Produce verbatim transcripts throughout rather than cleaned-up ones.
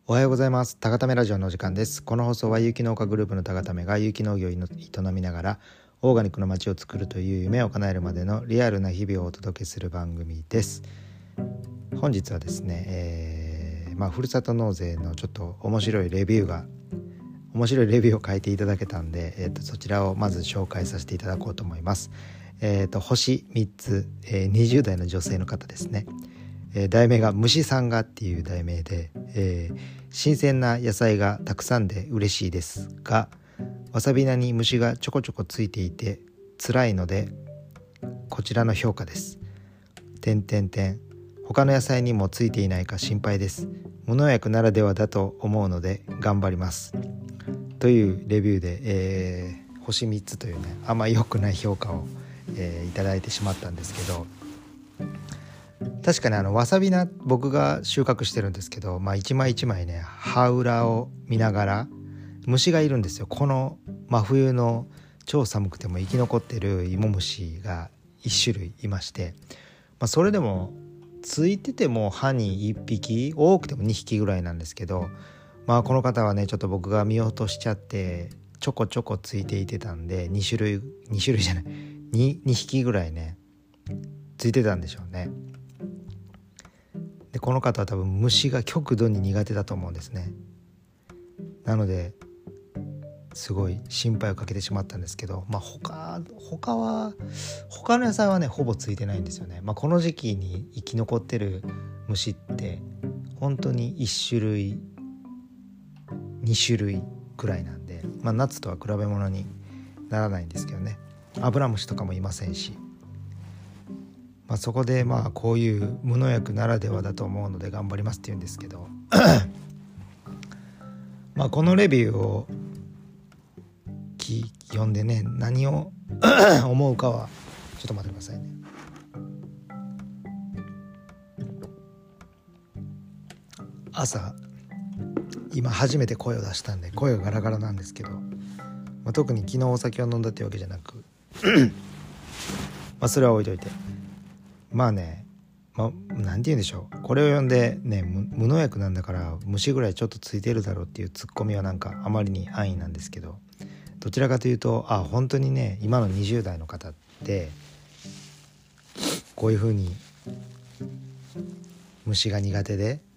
おはようございます。たがためラジオのお時間です。この放送は有機農家グループのたがためが有機農業を営みながらオーガニックの街を作るという夢を叶えるまでのリアルな日々をお届けする番組です。本日はですね、えーまあ、ふるさと納税のちょっと面白いレビューが面白いレビューを書いていただけたんで、えー、とそちらをまず紹介させていただこうと思います。えー、と星みっつ、えー、にじゅう代の女性の方ですね。えー、題名が虫さんがっていう題名で、えー、新鮮な野菜がたくさんで嬉しいですが、わさび菜に虫がちょこちょこついていて辛いのでこちらの評価です。点点点他の野菜にもついていないか心配です。無農薬ならではだと思うので頑張りますというレビューで、えー、星みっつというね、あんま良くない評価を、えー、いただいてしまったんですけど、確かにあのわさび菜僕が収穫してるんですけど、まあ一枚一枚ね葉裏を見ながら虫がいるんですよ。この真冬の超寒くても生き残ってる芋虫が一種類いまして、まあ、それでもついてても葉にいっぴき、多くてもにひきぐらいなんですけど、まあこの方はねちょっと僕が見落としちゃってちょこちょこついていてたんでに種類に種類じゃない 2, 2匹ぐらいねついてたんでしょうね。でこの方は多分虫が極度に苦手だと思うんですね。なのですごい心配をかけてしまったんですけど、まあ他他は他の野菜はねほぼついてないんですよね。まあこの時期に生き残ってる虫って本当にいち種類に種類くらいなんで、まあ夏とは比べ物にならないんですけどね。アブラムシとかもいませんし、まあ、そこでまあこういう無農薬ならではだと思うので頑張りますって言うんですけどまあこのレビューを読んでね何を思うかはちょっと待ってくださいね。朝今初めて声を出したんで声がガラガラなんですけど、まあ、特に昨日お酒を飲んだってわけじゃなくまあそれは置いといて、まあね、まあ、なんて言うんでしょう、これを読んでね無農薬なんだから虫ぐらいちょっとついてるだろうっていうツッコミはなんかあまりに安易なんですけど、どちらかというとあ本当にね今のにじゅう代の方ってこういう風に虫が苦手で、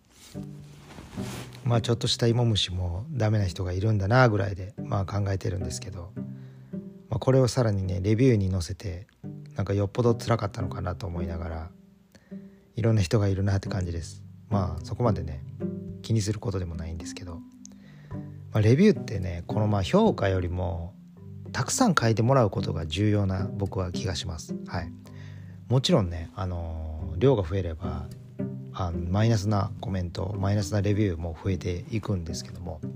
まあちょっとした芋虫もダメな人がいるんだなぐらいでまあ考えてるんですけど、まあ、これをさらにねレビューに載せてなんかよっぽど辛かったのかなと思いながら、いろんな人がいるなって感じです。まあそこまでね気にすることでもないんですけど、まあ、レビューってねこのまあ評価よりもたくさん書いてもらうことが重要な僕は気がします。はい。もちろんねあのー、量が増えればあのマイナスなコメントマイナスなレビューも増えていくんですけども、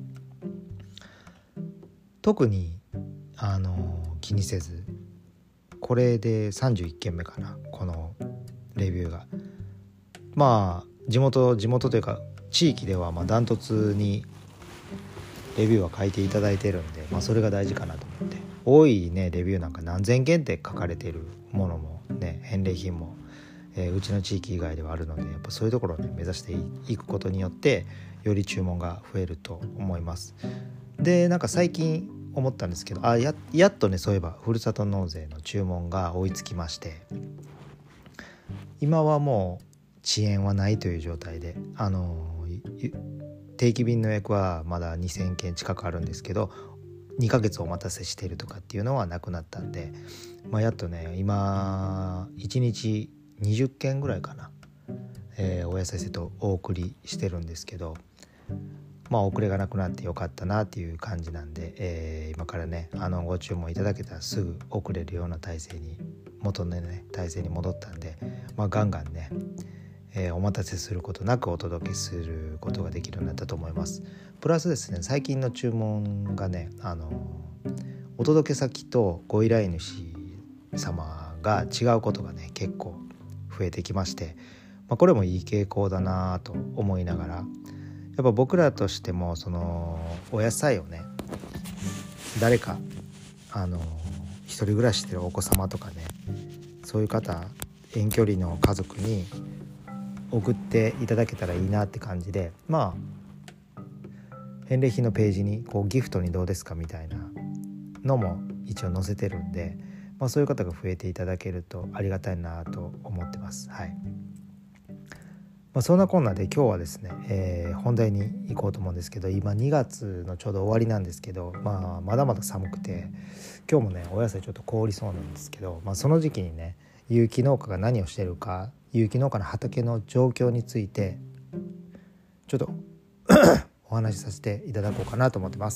特にあのー、気にせず、これでさんじゅういっけんめかな、このレビューが。まあ地元地元というか地域ではまあダントツにレビューは書いていただいてるんで、まあ、それが大事かなと思って、多いねレビューなんか何千件って書かれているものもね返礼品も、えー、うちの地域以外ではあるので、やっぱそういうところをね目指していくことによってより注文が増えると思います。でなんか最近思ったんですけど、あ や, やっとねそういえばふるさと納税の注文が追いつきまして、今はもう遅延はないという状態で、あの定期便の予約はまだにせんけん近くあるんですけど、にかげつお待たせしているとかっていうのはなくなったんで、まあ、やっとね今いちにちにじゅっけんぐらいかな、えー、お野菜セットお送りしてるんですけど、まあ遅れがなくなってよかったなっていう感じなんで、えー、今からねあのご注文いただけたらすぐ送れるような体制に元のね体制に戻ったんで、まあガンガンねえー、お待たせすることなくお届けすることができるようになったと思います。プラスですね、最近の注文がねあのお届け先とご依頼主様が違うことがね結構増えてきまして、まあ、これもいい傾向だなと思いながら、やっぱ僕らとしてもそのお野菜をね誰かあの一人暮らししてるお子様とかね、そういう方遠距離の家族に送っていただけたらいいなって感じで、まあ返礼品のページにこうギフトにどうですかみたいなのも一応載せてるんで、まあ、そういう方が増えていただけるとありがたいなと思ってます。はい。まあ、そんなこんなで今日はですね、えー、本題に行こうと思うんですけど、今にがつのちょうど終わりなんですけど、まあ、まだまだ寒くて今日もねお野菜ちょっと凍りそうなんですけど、まあ、その時期にね有機農家が何をしてるか、有機農家の畑の状況についてちょっとお話しさせていただこうかなと思ってます。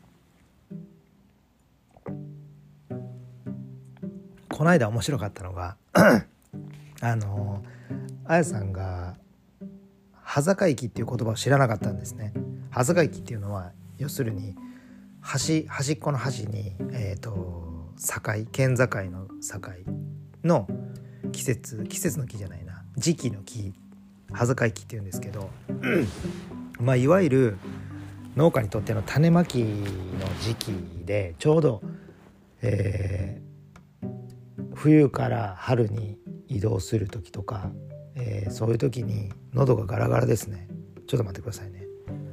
この間面白かったのがあのあやさんが端境期っていう言葉を知らなかったんですね。端境期っていうのは要するに端端っこの端に、えー、と境県境の境の季節季節の木じゃないな時期の木、端境期っていうんですけどまあいわゆる農家にとっての種まきの時期でちょうど、えー、冬から春に移動する時とか、えー、そういう時に喉がガラガラですね。ちょっと待ってくださいね。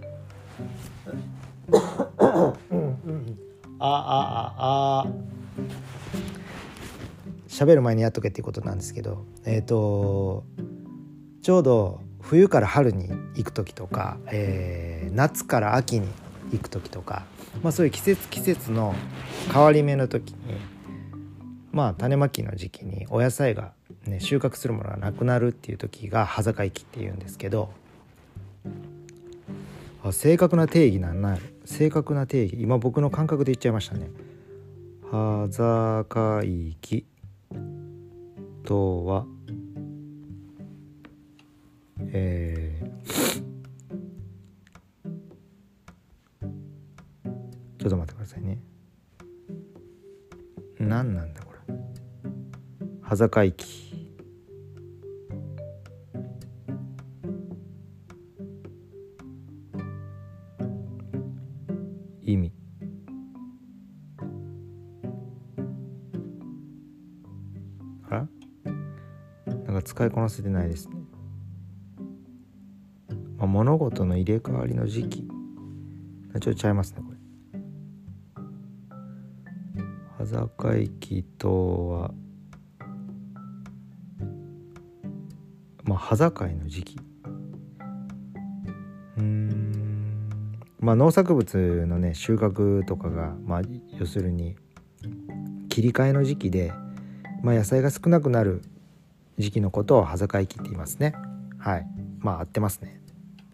うんうん、ああああ喋る前にやっとけっていうことなんですけど、えっとちょうど冬から春に行く時とか、えー、夏から秋に行く時とか、まあ、そういう季節季節の変わり目の時に、まあ種まきの時期にお野菜が、ね、収穫するものがなくなるっていう時が端境期っていうんですけど、あ正確な定義なんなる正確な定義今僕の感覚で言っちゃいましたね。端境期とはえー、ちょっと待ってくださいね。何なんだこれ。端境期意味あらなんか使いこなせてないですね。まあ、物事の入れ替わりの時期ちょっとちゃいますねこれ。端境期とはまあ端境の時期、うーんまあ農作物のね収穫とかがまあ要するに切り替えの時期で、まあ、野菜が少なくなる時期のことを端境期って言いますね。はい、まあ合ってますね。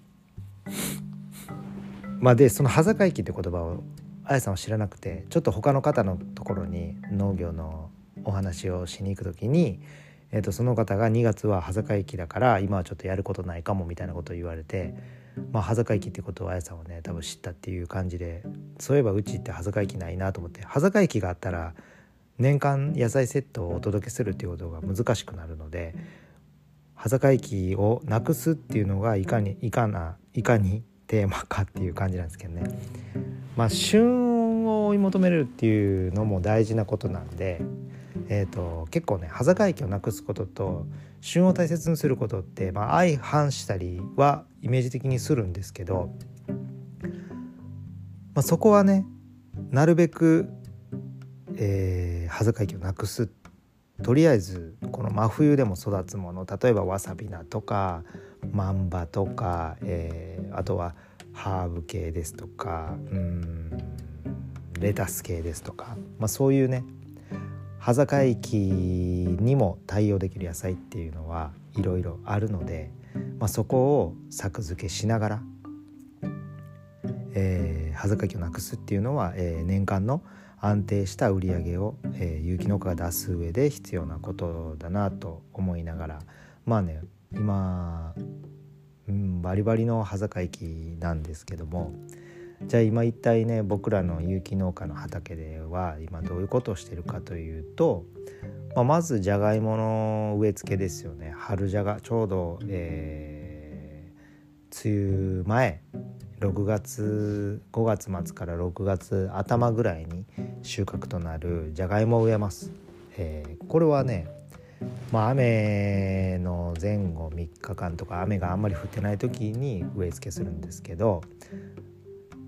まあでその端境期って言葉をあやさんは知らなくて、ちょっと他の方のところに農業のお話をしに行くときに、えー、とその方がにがつは端境期だから今はちょっとやることないかもみたいなことを言われて、まあ端境期ってことをあやさんはね多分知ったっていう感じで、そういえばうちって端境期ないなと思って、端境期があったら年間野菜セットをお届けするっていうことが難しくなるので、端境期をなくすっていうのがいかにいかないかにテーマかっていう感じなんですけどね。まあ旬を追い求めるっていうのも大事なことなんで、えーと、結構ね端境期をなくすことと旬を大切にすることって、まあ、相反したりはイメージ的にするんですけど、まあ、そこはねなるべく、えー、端境期をなくす、とりあえずこの真冬でも育つもの、例えばわさび菜とかマンバとか、えー、あとはハーブ系ですとか、うーんレタス系ですとか、まあ、そういうね端境期にも対応できる野菜っていうのはいろいろあるので、まあ、そこを作付けしながら、えー、端境期をなくすっていうのは、えー、年間の安定した売り上げを、えー、有機農家が出す上で必要なことだなと思いながら、まあね今、うん、バリバリの端境期なんですけども、じゃあ今一体ね僕らの有機農家の畑では今どういうことをしているかというと、まあ、まずじゃがいもの植え付けですよね。春じゃがちょうど、えー、梅雨前ろくがつごがつ末からろくがつ頭ぐらいに収穫となるじゃがいもを植えます。えー、これはね、まあ、雨の前後みっかかんとか雨があんまり降ってない時に植え付けするんですけど、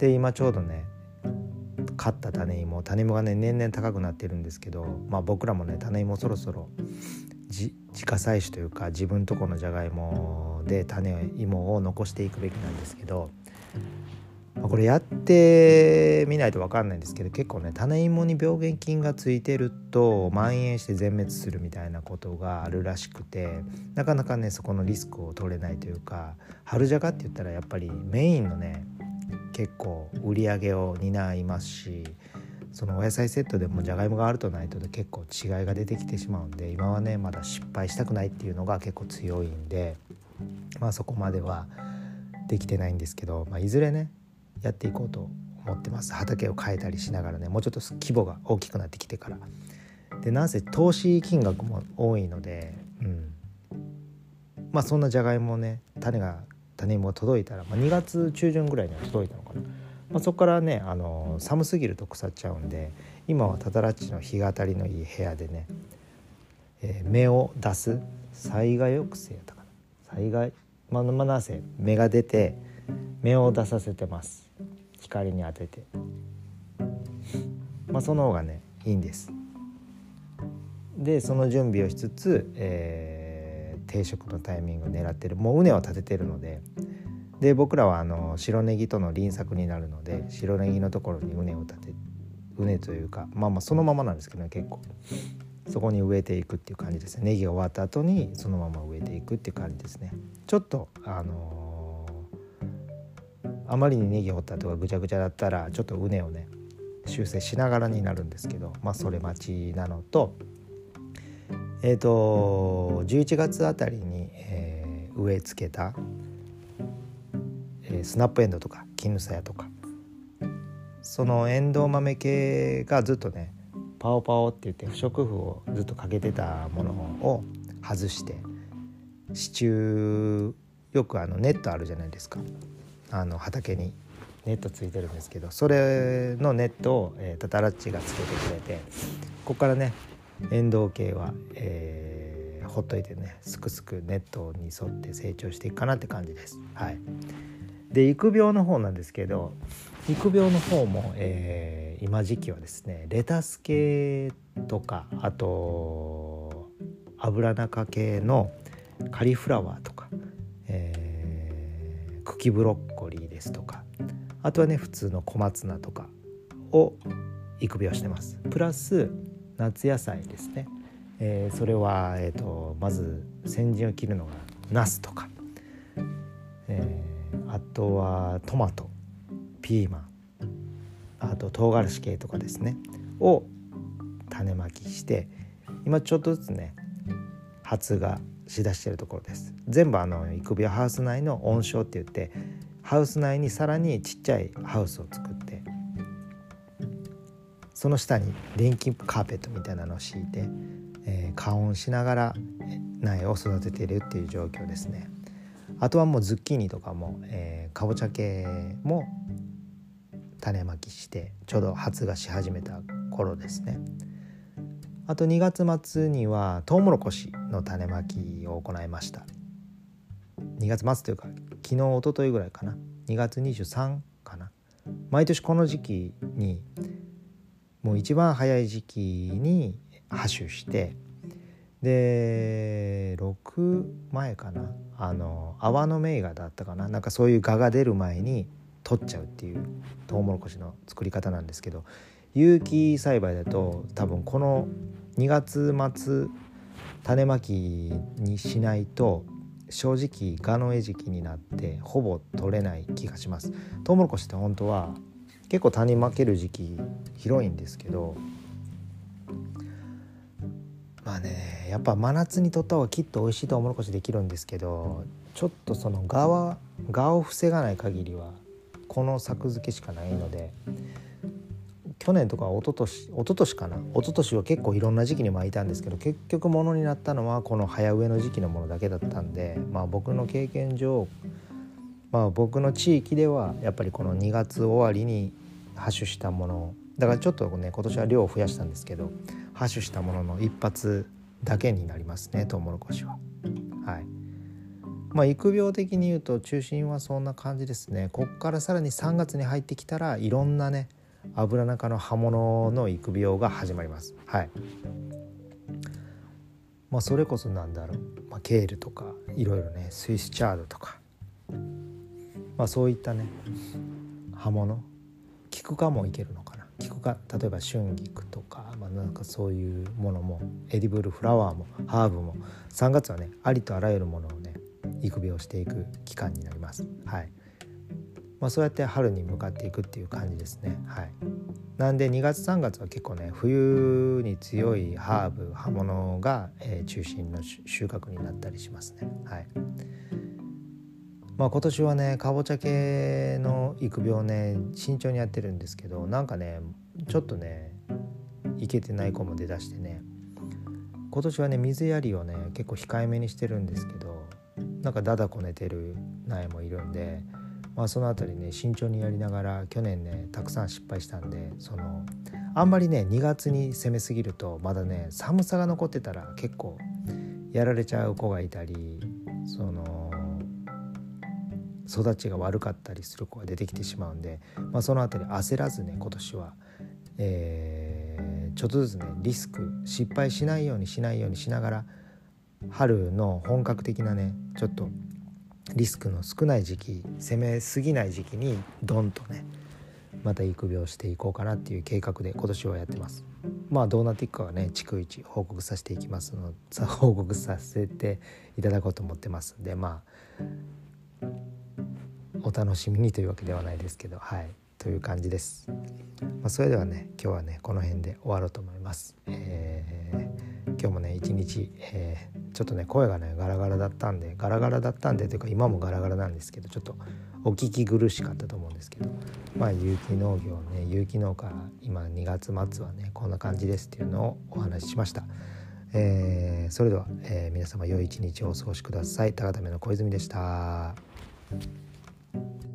で今ちょうどね買った種芋種芋がね年々高くなってるんですけど、まあ僕らもね種芋そろそろ自家採取というか自分とこのじゃがいもで種芋を残していくべきなんですけど、これやってみないと分かんないんですけど、結構ね種芋に病原菌がついてると蔓延して全滅するみたいなことがあるらしくて、なかなかねそこのリスクを取れないというか、春じゃがって言ったらやっぱりメインのね結構売り上げを担いますし、そのお野菜セットでもじゃがいもがあるとないとで結構違いが出てきてしまうんで、今はねまだ失敗したくないっていうのが結構強いんで、まあそこまではできてないんですけど、まあ、いずれねやっていこうと思ってます。畑を変えたりしながらね、もうちょっと規模が大きくなってきてからで、なんせ投資金額も多いので、うん、まあそんなじゃがいもね種が種芋が届いたら、まあ、にがつ中旬ぐらいには届いたのかな、まあ、そこからねあの寒すぎると腐っちゃうんで、今はタタラッチの日当たりのいい部屋でね、えー、芽を出す災害抑制やったかな災害まあまあなんせ芽が出て芽を出させてます。光に当てて、まあその方がねいいんです。でその準備をしつつ、えー、定食のタイミングを狙ってる、もう畝を立ててるので、で僕らはあの白ネギとの輪作になるので、白ネギのところに畝を立て畝というかまあまあそのままなんですけどね、結構そこに植えていくっていう感じですね。ネギが終わった後にそのまま植えていくっていう感じですね。ちょっとあのーあまりにネギ掘ったとかぐちゃぐちゃだったらちょっと畝をね修正しながらになるんですけど、まあそれ待ちなのと、えっとじゅういちがつあたりに、えー、植え付けた、えー、スナップエンドウとかキヌサヤとか、そのエンドウ豆系がずっとねパオパオって言って不織布をずっとかけてたものを外して、支柱よくあのネットあるじゃないですか、あの畑にネットついてるんですけど、それのネットを、えー、タタラッチがつけてくれて、ここからねエンドウ系は、えー、ほっといてねすくすくネットに沿って成長していくかなって感じです。はい。で育苗の方なんですけど、育苗の方も、えー、今時期はですねレタス系とか、あと油中系のカリフラワーとか、えー、茎ブロッコリーですとか、あとはね普通の小松菜とかを育苗してます。プラス夏野菜ですね、えー、それは、えーと、まず先陣を切るのがナスとか、えー、あとはトマト、ピーマン、あと唐辛子系とかですねを種まきして、今ちょっとずつね発芽しだしているところです。全部あの育苗ハウス内の温床って言って、ハウス内にさらにちっちゃいハウスを作って、その下に電気カーペットみたいなのを敷いて、えー、加温しながら苗を育てているっていう状況ですね。あとはもうズッキーニとかも、えー、かぼちゃ系も種まきしてちょうど発芽し始めた頃ですね。あとにがつ末にはトウモロコシの種まきを行いました。にがつ末というか昨日一昨日ぐらいかな、にがつにじゅうさんかな。毎年この時期にもう一番早い時期に播種して、でろくまえかな、あの泡の芽芽だったかな、なんかそういう芽が出る前に取っちゃうっていうトウモロコシの作り方なんですけど、有機栽培だと多分このにがつ末種まきにしないと正直芽の餌食になってほぼ取れない気がします。トウモロコシって本当は結構種まける時期広いんですけど、まあねやっぱ真夏に取った方がきっと美味しいトウモロコシできるんですけど、ちょっとその芽は芽を防がない限りはこの作付けしかないので、去年とか一昨年一昨年かな一昨年は結構いろんな時期に巻いたんですけど、結局ものになったのはこの早植えの時期のものだけだったんで、まあ僕の経験上、まあ僕の地域ではやっぱりこのにがつ終わりに播種したものだから、ちょっとね今年は量を増やしたんですけど、播種したものの一発だけになりますね、トウモロコシは。はい。 まあ育苗的に言うと中心はそんな感じですね。こっからさらにさんがつに入ってきたらいろんなねアブラナ科の葉物の育苗が始まります。はい。まあそれこそなんだろう、まあ、ケールとかいろいろねスイスチャードとか、まあそういったね葉物、キク科もいけるのかな。キク科、例えば春菊とか、まあ、なんかそういうものもエディブルフラワーもハーブもさんがつはねありとあらゆるものをね育苗していく期間になります。はい。まあ、そうやって春に向かっていくっていう感じですね。はい。なんでにがつさんがつは結構ね冬に強いハーブ葉物が、えー、中心の収穫になったりしますね。はい。まあ今年はねかぼちゃ系の育苗ね慎重にやってるんですけど、なんかねちょっとねいけてない子も出だしてね、今年はね水やりをね結構控えめにしてるんですけど、なんかだだこねてる苗もいるんで、まあそのあたりね慎重にやりながら、去年ねたくさん失敗したんで、そのあんまりねにがつに攻めすぎるとまだね寒さが残ってたら結構やられちゃう子がいたり、その育ちが悪かったりする子が出てきてしまうんで、まあ、そのあたり焦らずね今年は、えー、ちょっとずつねリスク失敗しないようにしないようにしながら、春の本格的なねちょっとリスクの少ない時期、攻めすぎない時期にドンとねまた育苗していこうかなっていう計画で今年はやってます。まあどうなっていくかはね逐一報告させていきますので報告させていただこうと思ってますんで、まあお楽しみにというわけではないですけど、はいという感じです。まあ、それではね今日はねこの辺で終わろうと思います。えー、今日もね一日、えー、ちょっとね声がねガラガラだったんでガラガラだったんでというか今もガラガラなんですけど、ちょっとお聞き苦しかったと思うんですけど、まあ有機農業ね有機農家今にがつ末はねこんな感じですっていうのをお話ししました。えー、それでは、えー、皆様良い一日をお過ごしください。高田目の小泉でした。